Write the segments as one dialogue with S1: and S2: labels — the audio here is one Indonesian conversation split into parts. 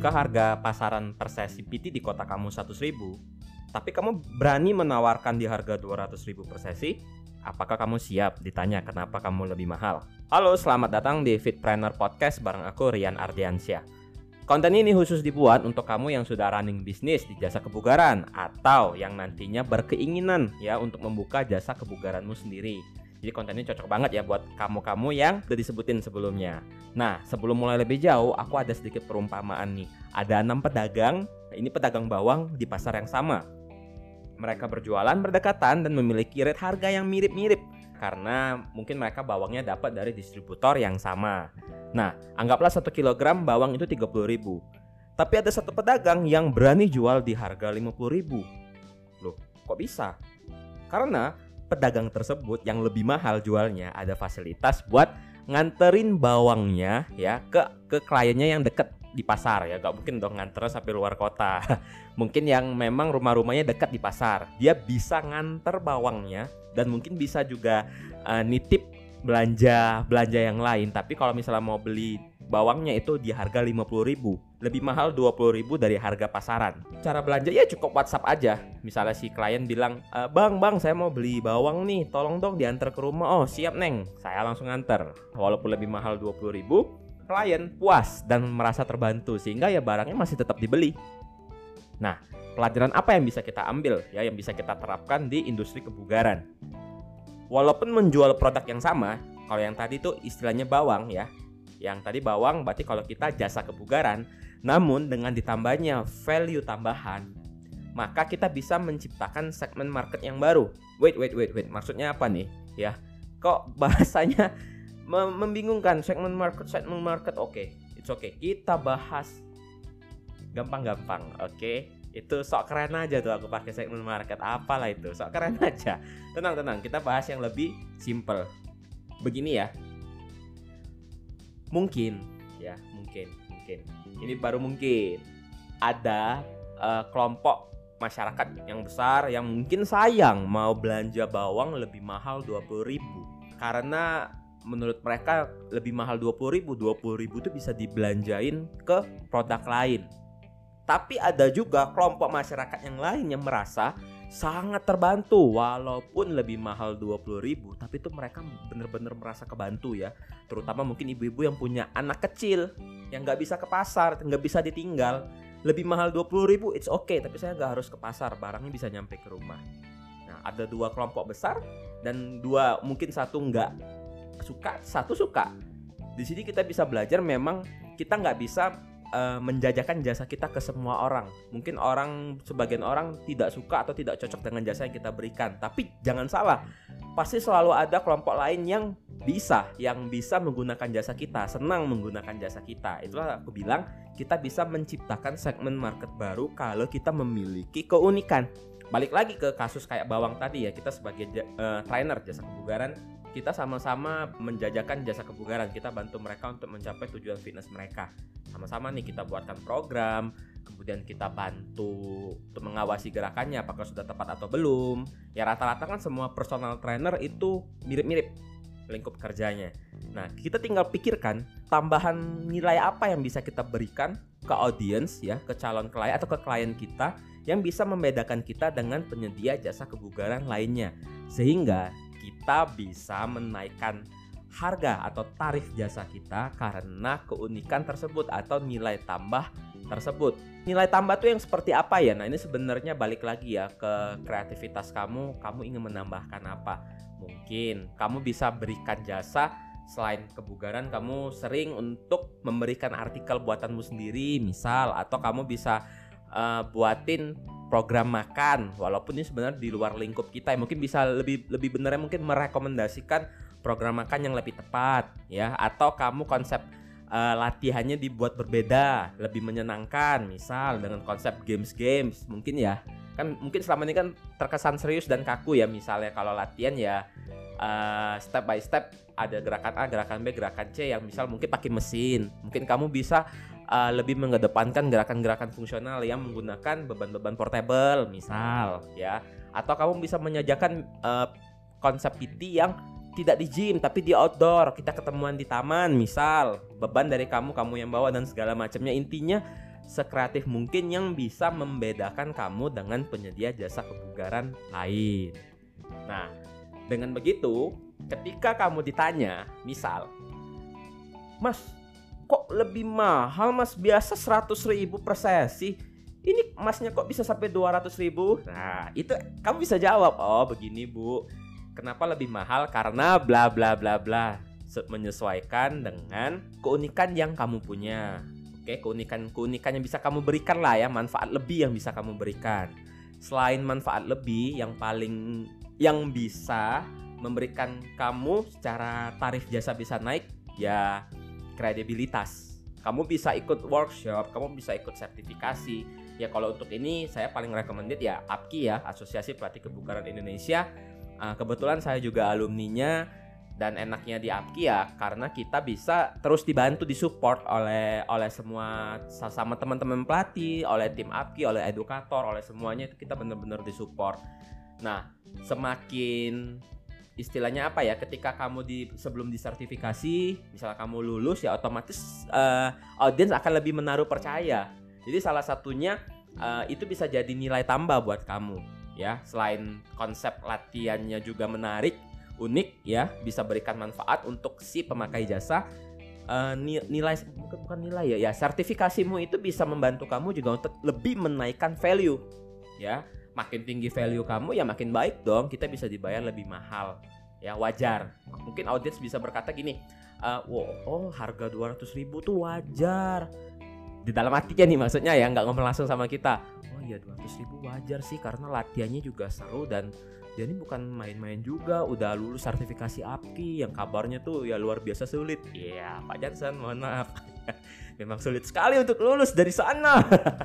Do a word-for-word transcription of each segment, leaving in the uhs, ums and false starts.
S1: jika harga pasaran per sesi P T di kota kamu seratus ribu, tapi kamu berani menawarkan di harga dua ratus ribu per sesi, apakah kamu siap ditanya kenapa kamu lebih mahal? Halo, selamat datang di Fitpreneur Podcast bareng aku Rian Ardiansyah. Konten ini khusus dibuat untuk kamu yang sudah running bisnis di jasa kebugaran atau yang nantinya berkeinginan ya untuk membuka jasa kebugaranmu sendiri. Jadi konten ini cocok banget ya buat kamu-kamu yang udah disebutin sebelumnya. Nah, sebelum mulai lebih jauh, aku ada sedikit perumpamaan nih. Ada enam pedagang, ini pedagang bawang di pasar yang sama. Mereka berjualan berdekatan dan memiliki rate harga yang mirip-mirip karena mungkin mereka bawangnya dapat dari distributor yang sama. Nah, anggaplah satu kilogram bawang itu tiga puluh ribu. Tapi ada satu pedagang yang berani jual di harga lima puluh ribu. Loh, kok bisa? Karena pedagang tersebut yang lebih mahal jualnya ada fasilitas buat nganterin bawangnya ya ke ke kliennya yang deket di pasar ya. Gak mungkin dong nganter sampai luar kota. Mungkin yang memang rumah-rumahnya dekat di pasar, dia bisa nganter bawangnya dan mungkin bisa juga uh, nitip belanja belanja yang lain. Tapi kalau misalnya mau beli bawangnya itu di harga lima puluh ribu, lebih mahal dua puluh ribu dari harga pasaran. Cara belanja ya cukup WhatsApp aja. Misalnya si klien bilang, e, Bang, bang saya mau beli bawang nih, tolong dong diantar ke rumah. Oh siap neng, saya langsung antar. Walaupun lebih mahal dua puluh ribu, klien puas dan merasa terbantu sehingga ya barangnya masih tetap dibeli. Nah, pelajaran apa yang bisa kita ambil ya, yang bisa kita terapkan di industri kebugaran? Walaupun menjual produk yang sama, kalau yang tadi tuh istilahnya bawang ya, yang tadi bawang berarti kalau kita jasa kebugaran, namun dengan ditambahnya value tambahan, maka kita bisa menciptakan segmen market yang baru. Wait, wait, wait, wait. Maksudnya apa nih? Ya, kok bahasanya mem- membingungkan? Segmen market, segmen market. Oke, okay. It's okay. Kita bahas gampang-gampang. Oke, okay? Itu sok keren aja tuh aku pakai segmen market. Apalah itu, sok keren aja. Tenang-tenang. Kita bahas yang lebih simple. Begini ya. Mungkin ya mungkin mungkin ini baru mungkin ada uh, kelompok masyarakat yang besar yang mungkin sayang mau belanja bawang lebih mahal dua puluh ribu karena menurut mereka lebih mahal dua puluh ribu dua puluh ribu itu bisa dibelanjain ke produk lain. Tapi ada juga kelompok masyarakat yang lain yang merasa sangat terbantu walaupun lebih mahal dua puluh ribu, tapi itu mereka benar-benar merasa kebantu ya. Terutama mungkin ibu-ibu yang punya anak kecil yang nggak bisa ke pasar, nggak bisa ditinggal. Lebih mahal dua puluh ribu, it's okay, tapi saya nggak harus ke pasar, barangnya bisa nyampe ke rumah. Nah, ada dua kelompok besar dan dua mungkin satu nggak suka, satu suka. Di sini kita bisa belajar memang kita nggak bisa menjajakan jasa kita ke semua orang. Mungkin orang sebagian orang tidak suka atau tidak cocok dengan jasa yang kita berikan. Tapi jangan salah, pasti selalu ada kelompok lain yang bisa, yang bisa menggunakan jasa kita, senang menggunakan jasa kita. Itulah aku bilang kita bisa menciptakan segmen market baru kalau kita memiliki keunikan. Balik lagi ke kasus kayak bawang tadi ya, kita sebagai uh, trainer jasa kebugaran, kita sama-sama menjajakan jasa kebugaran. Kita bantu mereka untuk mencapai tujuan fitness mereka. Sama-sama nih kita buatkan program, kemudian kita bantu untuk mengawasi gerakannya apakah sudah tepat atau belum. Ya rata-rata kan semua personal trainer itu mirip-mirip lingkup kerjanya. Nah, kita tinggal pikirkan tambahan nilai apa yang bisa kita berikan ke audiens ya, ke calon klien atau ke klien kita yang bisa membedakan kita dengan penyedia jasa kebugaran lainnya. Sehingga kita bisa menaikkan harga atau tarif jasa kita karena keunikan tersebut atau nilai tambah tersebut. Nilai tambah tuh yang seperti apa ya? Nah, ini sebenarnya balik lagi ya ke kreativitas kamu. Kamu ingin menambahkan apa? Mungkin kamu bisa berikan jasa selain kebugaran, kamu sering untuk memberikan artikel buatanmu sendiri misal, atau kamu bisa uh, buatin program makan walaupun ini sebenarnya di luar lingkup kita. Mungkin bisa lebih lebih benarnya mungkin merekomendasikan program makan yang lebih tepat ya, atau kamu konsep uh, latihannya dibuat berbeda, lebih menyenangkan misal dengan konsep games-games mungkin ya. Kan mungkin selama ini kan terkesan serius dan kaku ya, misalnya kalau latihan ya uh, step by step, ada gerakan A, gerakan B, gerakan C yang misal mungkin pakai mesin. Mungkin kamu bisa uh, lebih mengedepankan gerakan-gerakan fungsional yang menggunakan beban-beban portable misal ya, atau kamu bisa menyajikan uh, konsep P T yang tidak di gym tapi di outdoor, kita ketemuan di taman misal, beban dari kamu kamu yang bawa dan segala macamnya. Intinya sekreatif mungkin yang bisa membedakan kamu dengan penyedia jasa kebugaran lain. Nah, dengan begitu, ketika kamu ditanya, misal, Mas, kok lebih mahal Mas? Biasa seratus ribu per sesi, ini Masnya kok bisa sampai dua ratus ribu? Nah, itu kamu bisa jawab, oh begini Bu, kenapa lebih mahal? Karena bla bla bla bla, menyesuaikan dengan keunikan yang kamu punya. Oke, keunikan-keunikan yang bisa kamu berikan lah ya, manfaat lebih yang bisa kamu berikan. Selain manfaat lebih, yang paling yang bisa memberikan kamu secara tarif jasa bisa naik, ya kredibilitas. Kamu bisa ikut workshop, kamu bisa ikut sertifikasi. Ya kalau untuk ini saya paling recommended ya A P K I ya, Asosiasi Pelatih Kebugaran Indonesia. Uh, kebetulan saya juga alumninya. Dan enaknya di A P K I ya karena kita bisa terus dibantu, disupport oleh oleh semua sama teman-teman pelatih, oleh tim A P K I, oleh edukator, oleh semuanya itu kita benar-benar disupport. Nah, semakin istilahnya apa ya, ketika kamu di sebelum disertifikasi, misalnya kamu lulus ya otomatis uh, audiens akan lebih menaruh percaya. Jadi salah satunya uh, itu bisa jadi nilai tambah buat kamu ya. Selain konsep latihannya juga menarik, unik ya, bisa berikan manfaat untuk si pemakai jasa. Uh, nilai bukan bukan nilai ya, ya sertifikasimu itu bisa membantu kamu juga untuk lebih menaikkan value ya. Makin tinggi value kamu ya makin baik dong, kita bisa dibayar lebih mahal ya, wajar. Mungkin audiens bisa berkata gini, uh, wow, oh harga dua ratus ribu tuh wajar. Di dalam hatinya nih maksudnya ya, nggak ngomong langsung sama kita. Oh iya dua ratus ribu wajar sih karena latihannya juga seru dan dia ini bukan main-main juga, udah lulus sertifikasi A P K I yang kabarnya tuh ya luar biasa sulit. Iya, Pak Jansen, mohon maaf. Memang sulit sekali untuk lulus dari sana.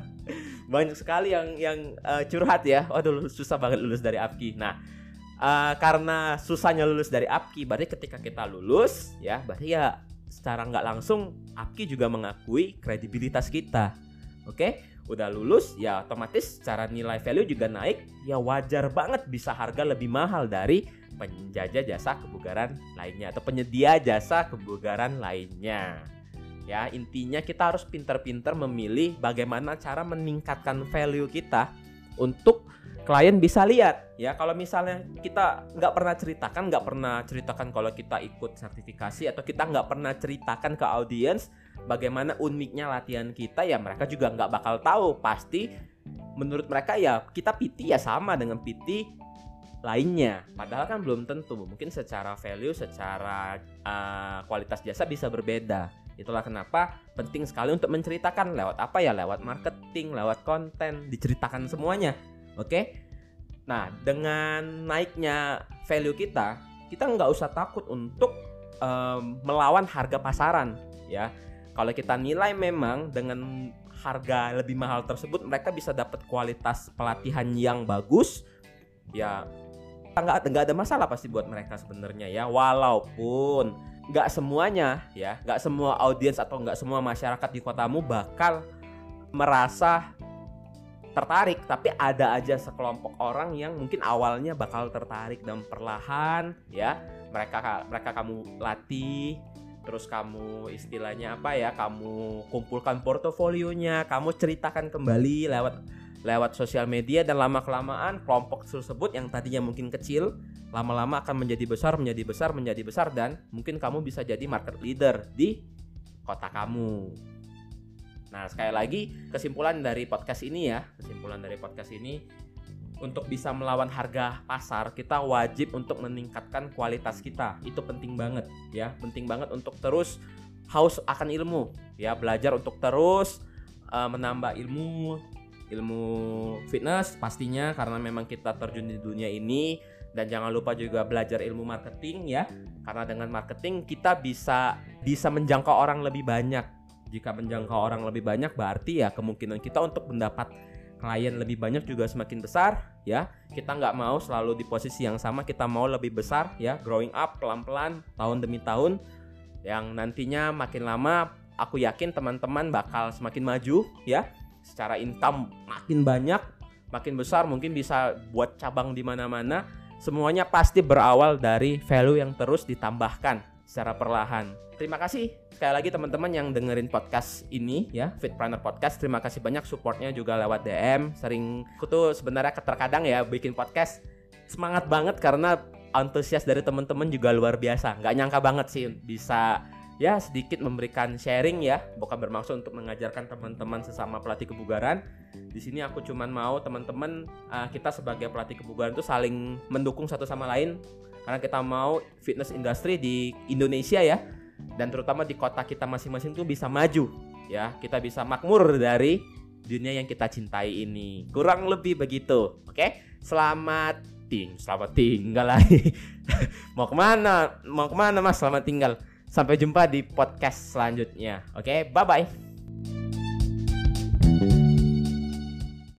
S1: Banyak sekali yang yang uh, curhat ya. Waduh, susah banget lulus dari A P K I. Nah, uh, karena susahnya lulus dari A P K I, berarti ketika kita lulus ya, berarti ya secara nggak langsung A P K I juga mengakui kredibilitas kita. Oke? Udah lulus ya otomatis secara nilai value juga naik, ya wajar banget bisa harga lebih mahal dari penjajah jasa kebugaran lainnya atau penyedia jasa kebugaran lainnya. Ya intinya kita harus pintar-pintar memilih bagaimana cara meningkatkan value kita untuk klien bisa lihat ya. Kalau misalnya kita nggak pernah ceritakan, nggak pernah ceritakan kalau kita ikut sertifikasi atau kita nggak pernah ceritakan ke audiens bagaimana uniknya latihan kita, ya mereka juga nggak bakal tahu. Pasti menurut mereka ya kita P T ya sama dengan P T lainnya, padahal kan belum tentu. Mungkin secara value, secara uh, kualitas jasa bisa berbeda. Itulah kenapa penting sekali untuk menceritakan lewat apa ya, lewat marketing, lewat konten, diceritakan semuanya. Oke? Nah, dengan naiknya value kita, kita nggak usah takut untuk um, melawan harga pasaran ya. Kalau kita nilai memang dengan harga lebih mahal tersebut mereka bisa dapat kualitas pelatihan yang bagus, ya nggak nggak ada masalah pasti buat mereka sebenarnya ya. Walaupun nggak semuanya ya, nggak semua audiens atau nggak semua masyarakat di kotamu bakal merasa tertarik, tapi ada aja sekelompok orang yang mungkin awalnya bakal tertarik dan perlahan ya mereka mereka kamu latih. Terus kamu istilahnya apa ya, kamu kumpulkan portofolionya, kamu ceritakan kembali lewat lewat sosial media, dan lama-kelamaan kelompok tersebut yang tadinya mungkin kecil lama-lama akan menjadi besar, menjadi besar, menjadi besar, dan mungkin kamu bisa jadi market leader di kota kamu. Nah, sekali lagi kesimpulan dari podcast ini ya, kesimpulan dari podcast ini, untuk bisa melawan harga pasar, kita wajib untuk meningkatkan kualitas kita. Itu penting banget ya, penting banget untuk terus haus akan ilmu ya, belajar untuk terus uh, menambah ilmu, ilmu fitness pastinya karena memang kita terjun di dunia ini. Dan jangan lupa juga belajar ilmu marketing ya, karena dengan marketing kita bisa bisa menjangkau orang lebih banyak. Jika menjangkau orang lebih banyak, berarti ya kemungkinan kita untuk mendapat klien lebih banyak juga semakin besar ya. Kita nggak mau selalu di posisi yang sama, kita mau lebih besar ya, growing up pelan-pelan tahun demi tahun, yang nantinya makin lama aku yakin teman-teman bakal semakin maju ya, secara income makin banyak, makin besar, mungkin bisa buat cabang di mana-mana. Semuanya pasti berawal dari value yang terus ditambahkan secara perlahan. Terima kasih sekali lagi teman-teman yang dengerin podcast ini ya, Fitpreneur Podcast. Terima kasih banyak supportnya juga lewat D M. Sering aku tuh sebenarnya terkadang ya bikin podcast semangat banget karena antusias dari teman-teman juga luar biasa. Nggak nyangka banget sih bisa ya sedikit memberikan sharing ya, bukan bermaksud untuk mengajarkan teman-teman sesama pelatih kebugaran. Di sini aku cuman mau teman-teman uh, kita sebagai pelatih kebugaran itu saling mendukung satu sama lain, karena kita mau fitness industry di Indonesia ya, dan terutama di kota kita masing-masing tuh bisa maju ya, kita bisa makmur dari dunia yang kita cintai ini. Kurang lebih begitu. Oke, selamat ting, selamat tinggal lagi. Mau kemana? Mau kemana mas? Selamat tinggal. Sampai jumpa di podcast selanjutnya. Oke, bye bye.